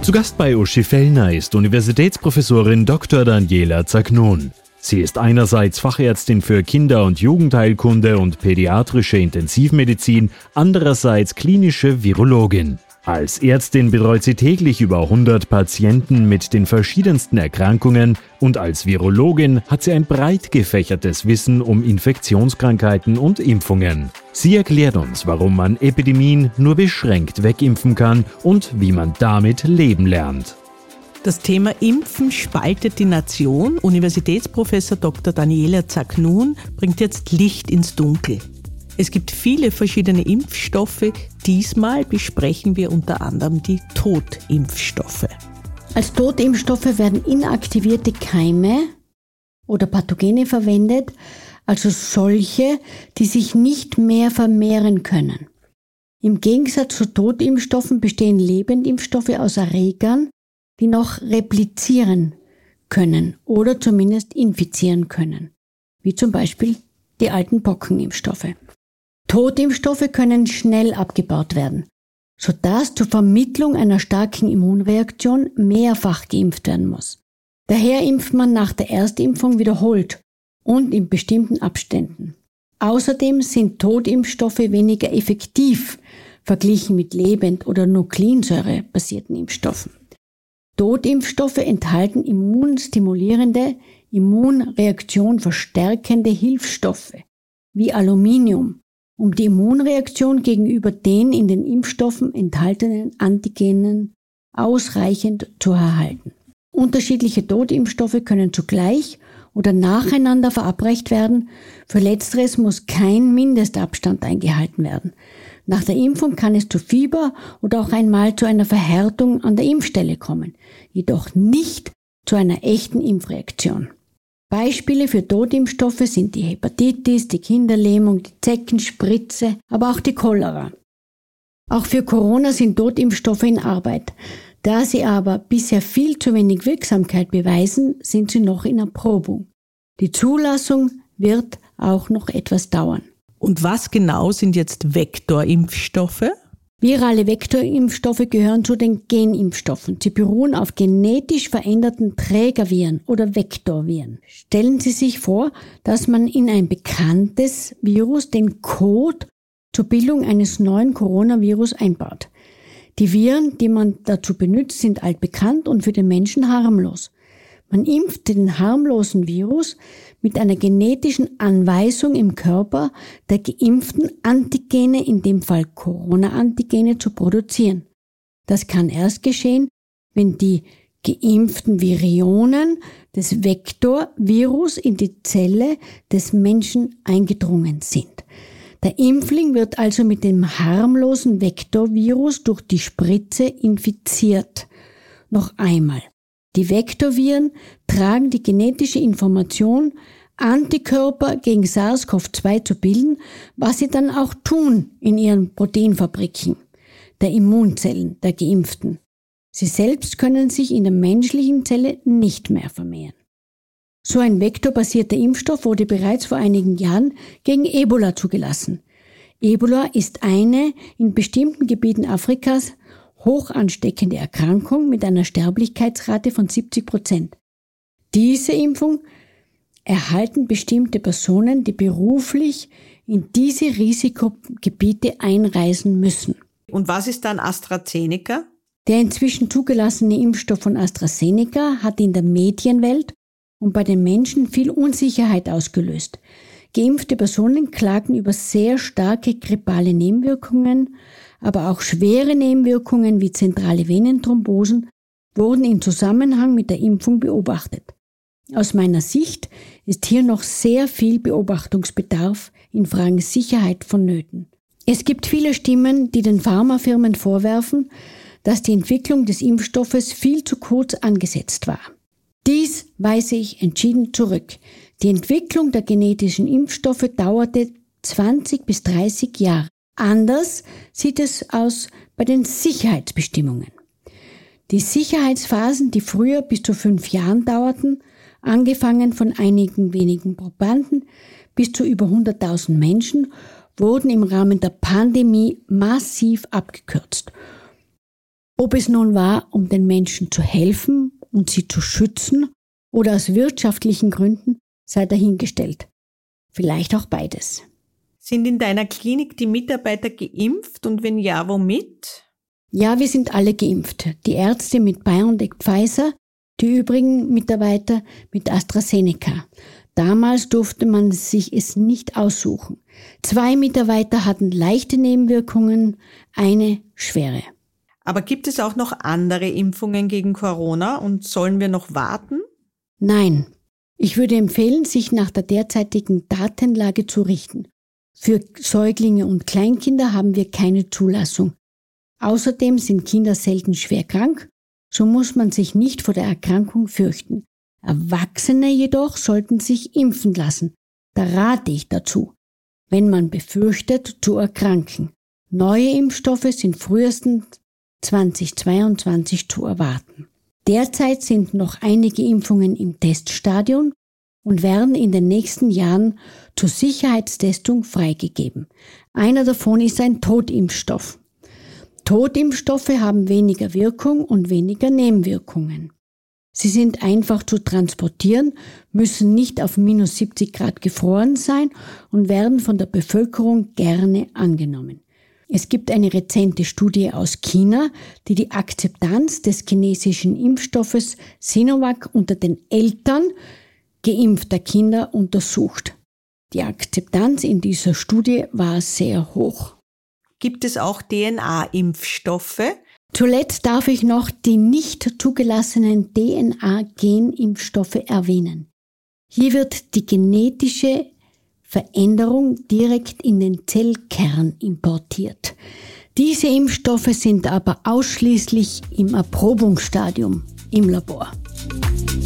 Zu Gast bei Uschi Fellner ist Universitätsprofessorin Dr. Daniela Zagnon. Sie ist einerseits Fachärztin für Kinder- und Jugendheilkunde und pädiatrische Intensivmedizin, andererseits klinische Virologin. Als Ärztin betreut sie täglich über 100 Patienten mit den verschiedensten Erkrankungen und als Virologin hat sie ein breit gefächertes Wissen um Infektionskrankheiten und Impfungen. Sie erklärt uns, warum man Epidemien nur beschränkt wegimpfen kann und wie man damit leben lernt. Das Thema Impfen spaltet die Nation. Universitätsprofessor Dr. Daniela Zagnon bringt jetzt Licht ins Dunkel. Es gibt viele verschiedene Impfstoffe. Diesmal besprechen wir unter anderem die Totimpfstoffe. Als Totimpfstoffe werden inaktivierte Keime oder Pathogene verwendet, also solche, die sich nicht mehr vermehren können. Im Gegensatz zu Totimpfstoffen bestehen Lebendimpfstoffe aus Erregern, die noch replizieren können oder zumindest infizieren können, wie zum Beispiel die alten Pockenimpfstoffe. Totimpfstoffe können schnell abgebaut werden, sodass zur Vermittlung einer starken Immunreaktion mehrfach geimpft werden muss. Daher impft man nach der Erstimpfung wiederholt und in bestimmten Abständen. Außerdem sind Totimpfstoffe weniger effektiv verglichen mit Lebend- oder Nukleinsäure-basierten Impfstoffen. Totimpfstoffe enthalten immunstimulierende, Immunreaktion verstärkende Hilfsstoffe wie Aluminium, um die Immunreaktion gegenüber den in den Impfstoffen enthaltenen Antigenen ausreichend zu erhalten. Unterschiedliche Totimpfstoffe können zugleich oder nacheinander verabreicht werden. Für Letzteres muss kein Mindestabstand eingehalten werden. Nach der Impfung kann es zu Fieber oder auch einmal zu einer Verhärtung an der Impfstelle kommen, jedoch nicht zu einer echten Impfreaktion. Beispiele für Totimpfstoffe sind die Hepatitis, die Kinderlähmung, die Zeckenspritze, aber auch die Cholera. Auch für Corona sind Totimpfstoffe in Arbeit. Da sie aber bisher viel zu wenig Wirksamkeit beweisen, sind sie noch in Erprobung. Die Zulassung wird auch noch etwas dauern. Und was genau sind jetzt Vektorimpfstoffe? Virale Vektorimpfstoffe gehören zu den Genimpfstoffen. Sie beruhen auf genetisch veränderten Trägerviren oder Vektorviren. Stellen Sie sich vor, dass man in ein bekanntes Virus den Code zur Bildung eines neuen Coronavirus einbaut. Die Viren, die man dazu benutzt, sind altbekannt und für den Menschen harmlos. Man impft den harmlosen Virus mit einer genetischen Anweisung im Körper der geimpften Antigene, in dem Fall Corona-Antigene, zu produzieren. Das kann erst geschehen, wenn die geimpften Virionen des Vektorvirus in die Zelle des Menschen eingedrungen sind. Der Impfling wird also mit dem harmlosen Vektorvirus durch die Spritze infiziert. Noch einmal. Die Vektorviren tragen die genetische Information, Antikörper gegen SARS-CoV-2 zu bilden, was sie dann auch tun in ihren Proteinfabriken, der Immunzellen der Geimpften. Sie selbst können sich in der menschlichen Zelle nicht mehr vermehren. So ein vektorbasierter Impfstoff wurde bereits vor einigen Jahren gegen Ebola zugelassen. Ebola ist eine in bestimmten Gebieten Afrikas hoch ansteckende Erkrankung mit einer Sterblichkeitsrate von 70%. Diese Impfung erhalten bestimmte Personen, die beruflich in diese Risikogebiete einreisen müssen. Und was ist dann AstraZeneca? Der inzwischen zugelassene Impfstoff von AstraZeneca hat in der Medienwelt und bei den Menschen viel Unsicherheit ausgelöst. Geimpfte Personen klagen über sehr starke grippale Nebenwirkungen, aber auch schwere Nebenwirkungen wie zentrale Venenthrombosen wurden in Zusammenhang mit der Impfung beobachtet. Aus meiner Sicht ist hier noch sehr viel Beobachtungsbedarf in Fragen Sicherheit vonnöten. Es gibt viele Stimmen, die den Pharmafirmen vorwerfen, dass die Entwicklung des Impfstoffes viel zu kurz angesetzt war. Dies weise ich entschieden zurück. Die Entwicklung der genetischen Impfstoffe dauerte 20 bis 30 Jahre. Anders sieht es aus bei den Sicherheitsbestimmungen. Die Sicherheitsphasen, die früher bis zu 5 Jahren dauerten, angefangen von einigen wenigen Probanden bis zu über 100.000 Menschen, wurden im Rahmen der Pandemie massiv abgekürzt. Ob es nun war, um den Menschen zu helfen und sie zu schützen oder aus wirtschaftlichen Gründen, sei dahingestellt. Vielleicht auch beides. Sind in deiner Klinik die Mitarbeiter geimpft und wenn ja, womit? Ja, wir sind alle geimpft. Die Ärzte mit BioNTech Pfizer, die übrigen Mitarbeiter mit AstraZeneca. Damals durfte man sich es nicht aussuchen. 2 Mitarbeiter hatten leichte Nebenwirkungen, eine schwere. Aber gibt es auch noch andere Impfungen gegen Corona und sollen wir noch warten? Nein, ich würde empfehlen, sich nach der derzeitigen Datenlage zu richten. Für Säuglinge und Kleinkinder haben wir keine Zulassung. Außerdem sind Kinder selten schwer krank, so muss man sich nicht vor der Erkrankung fürchten. Erwachsene jedoch sollten sich impfen lassen. Da rate ich dazu, wenn man befürchtet, zu erkranken. Neue Impfstoffe sind frühestens 2022 zu erwarten. Derzeit sind noch einige Impfungen im Teststadium und werden in den nächsten Jahren zur Sicherheitstestung freigegeben. Einer davon ist ein Totimpfstoff. Totimpfstoffe haben weniger Wirkung und weniger Nebenwirkungen. Sie sind einfach zu transportieren, müssen nicht auf minus 70 Grad gefroren sein und werden von der Bevölkerung gerne angenommen. Es gibt eine rezente Studie aus China, die die Akzeptanz des chinesischen Impfstoffes Sinovac unter den Eltern geimpfter Kinder untersucht. Die Akzeptanz in dieser Studie war sehr hoch. Gibt es auch DNA-Impfstoffe? Zuletzt darf ich noch die nicht zugelassenen DNA-Genimpfstoffe erwähnen. Hier wird die genetische Veränderung direkt in den Zellkern importiert. Diese Impfstoffe sind aber ausschließlich im Erprobungsstadium im Labor.